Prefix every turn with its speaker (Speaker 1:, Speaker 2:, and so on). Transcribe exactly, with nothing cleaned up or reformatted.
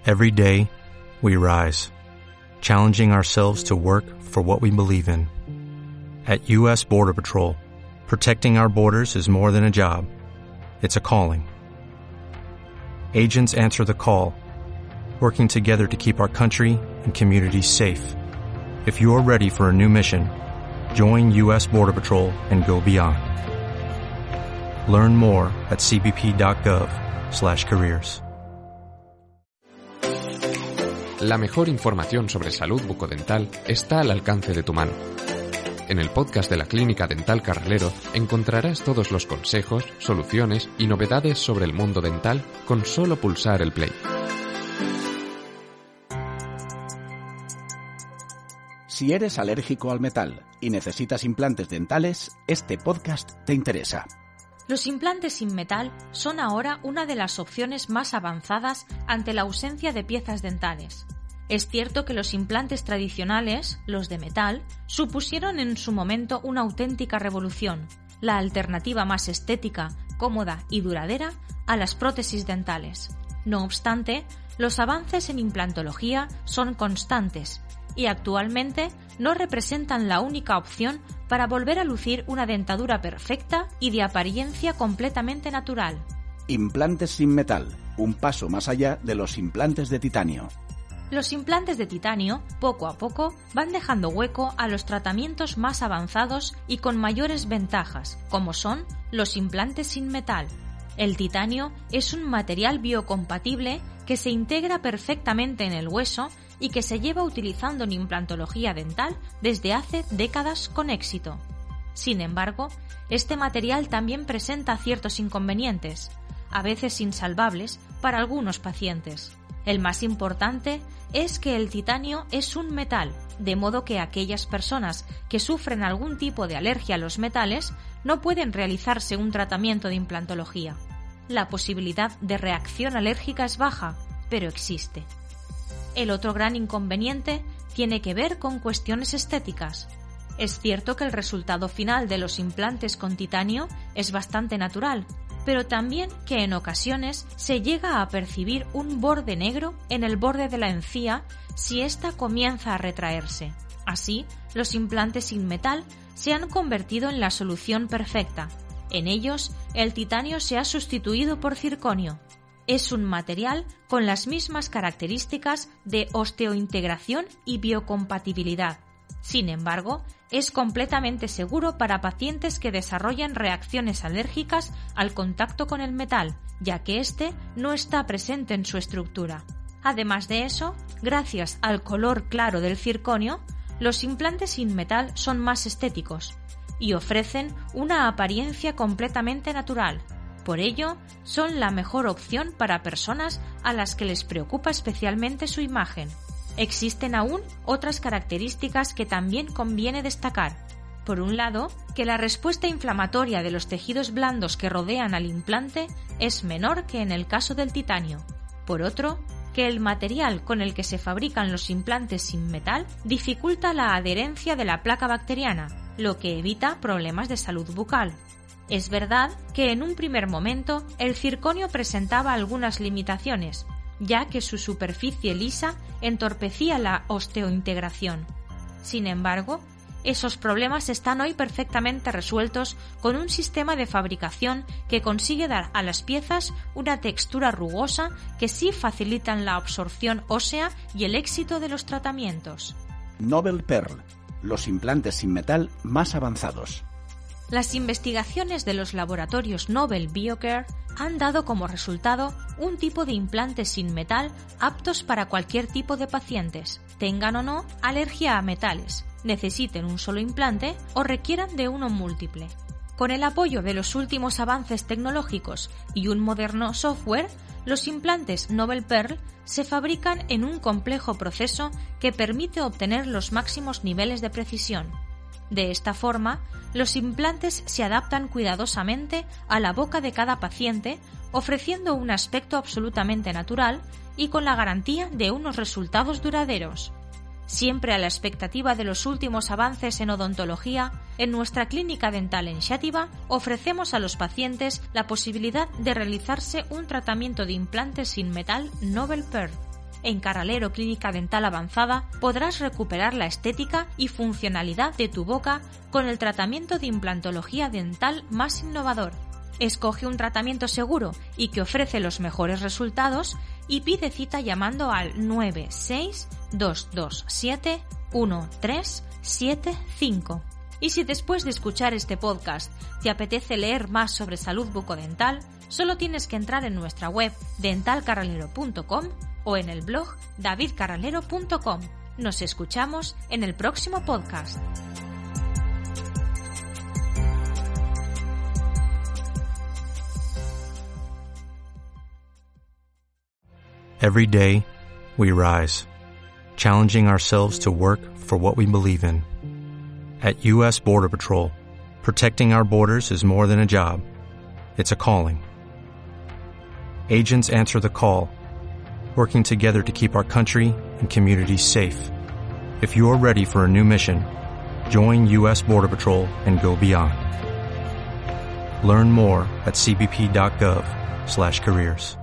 Speaker 1: Every day, we rise, challenging ourselves to work for what we believe in. At U S Border Patrol, protecting our borders is more than a job. It's a calling. Agents answer the call, working together to keep our country and communities safe. If you're ready for a new mission, join U S Border Patrol and go beyond. Learn more at c b p dot gov slash careers.
Speaker 2: La mejor información sobre salud bucodental está al alcance de tu mano. En el podcast de la Clínica Dental Carrilero encontrarás todos los consejos, soluciones y novedades sobre el mundo dental con solo pulsar el play.
Speaker 3: Si eres alérgico al metal y necesitas implantes dentales, este podcast te interesa.
Speaker 4: Los implantes sin metal son ahora una de las opciones más avanzadas ante la ausencia de piezas dentales. Es cierto que los implantes tradicionales, los de metal, supusieron en su momento una auténtica revolución, la alternativa más estética, cómoda y duradera a las prótesis dentales. No obstante, los avances en implantología son constantes y actualmente no representan la única opción para volver a lucir una dentadura perfecta y de apariencia completamente natural.
Speaker 3: Implantes sin metal, un paso más allá de los implantes de titanio.
Speaker 4: Los implantes de titanio, poco a poco, van dejando hueco a los tratamientos más avanzados y con mayores ventajas, como son los implantes sin metal. El titanio es un material biocompatible que se integra perfectamente en el hueso y que se lleva utilizando en implantología dental desde hace décadas con éxito. Sin embargo, este material también presenta ciertos inconvenientes, a veces insalvables para algunos pacientes. El más importante es que el titanio es un metal, de modo que aquellas personas que sufren algún tipo de alergia a los metales no pueden realizarse un tratamiento de implantología. La posibilidad de reacción alérgica es baja, pero existe. El otro gran inconveniente tiene que ver con cuestiones estéticas. Es cierto que el resultado final de los implantes con titanio es bastante natural, pero también que en ocasiones se llega a percibir un borde negro en el borde de la encía si ésta comienza a retraerse. Así, los implantes sin metal se han convertido en la solución perfecta. En ellos, el titanio se ha sustituido por circonio. Es un material con las mismas características de osteointegración y biocompatibilidad. Sin embargo, es completamente seguro para pacientes que desarrollan reacciones alérgicas al contacto con el metal, ya que éste no está presente en su estructura. Además de eso, gracias al color claro del circonio, los implantes sin metal son más estéticos y ofrecen una apariencia completamente natural. Por ello, son la mejor opción para personas a las que les preocupa especialmente su imagen. Existen aún otras características que también conviene destacar. Por un lado, que la respuesta inflamatoria de los tejidos blandos que rodean al implante es menor que en el caso del titanio. Por otro, que el material con el que se fabrican los implantes sin metal dificulta la adherencia de la placa bacteriana, lo que evita problemas de salud bucal. Es verdad que en un primer momento el circonio presentaba algunas limitaciones, ya que su superficie lisa entorpecía la osteointegración. Sin embargo, esos problemas están hoy perfectamente resueltos con un sistema de fabricación que consigue dar a las piezas una textura rugosa que sí facilitan la absorción ósea y el éxito de los tratamientos.
Speaker 3: Nobel Pearl, los implantes sin metal más avanzados.
Speaker 4: Las investigaciones de los laboratorios Nobel Biocare han dado como resultado un tipo de implantes sin metal aptos para cualquier tipo de pacientes, tengan o no alergia a metales, necesiten un solo implante o requieran de uno múltiple. Con el apoyo de los últimos avances tecnológicos y un moderno software, los implantes Nobel Pearl se fabrican en un complejo proceso que permite obtener los máximos niveles de precisión. De esta forma, los implantes se adaptan cuidadosamente a la boca de cada paciente, ofreciendo un aspecto absolutamente natural y con la garantía de unos resultados duraderos. Siempre a la expectativa de los últimos avances en odontología, en nuestra clínica dental en Xàtiva ofrecemos a los pacientes la posibilidad de realizarse un tratamiento de implantes sin metal Nobel Pearl. En Carralero Clínica Dental Avanzada podrás recuperar la estética y funcionalidad de tu boca con el tratamiento de implantología dental más innovador. Escoge un tratamiento seguro y que ofrece los mejores resultados y pide cita llamando al nueve seis dos dos siete uno tres siete cinco. Y si después de escuchar este podcast te apetece leer más sobre salud bucodental, solo tienes que entrar en nuestra web dental carralero punto com o en el blog david carralero punto com. Nos escuchamos en el próximo podcast.
Speaker 1: Every day, we rise, challenging ourselves to work for what we believe in. At U S Border Patrol, protecting our borders is more than a job. It's a calling. Agents answer the call, working together to keep our country and communities safe. If you're ready for a new mission, join U S Border Patrol and go beyond. Learn more at c b p dot gov slash careers.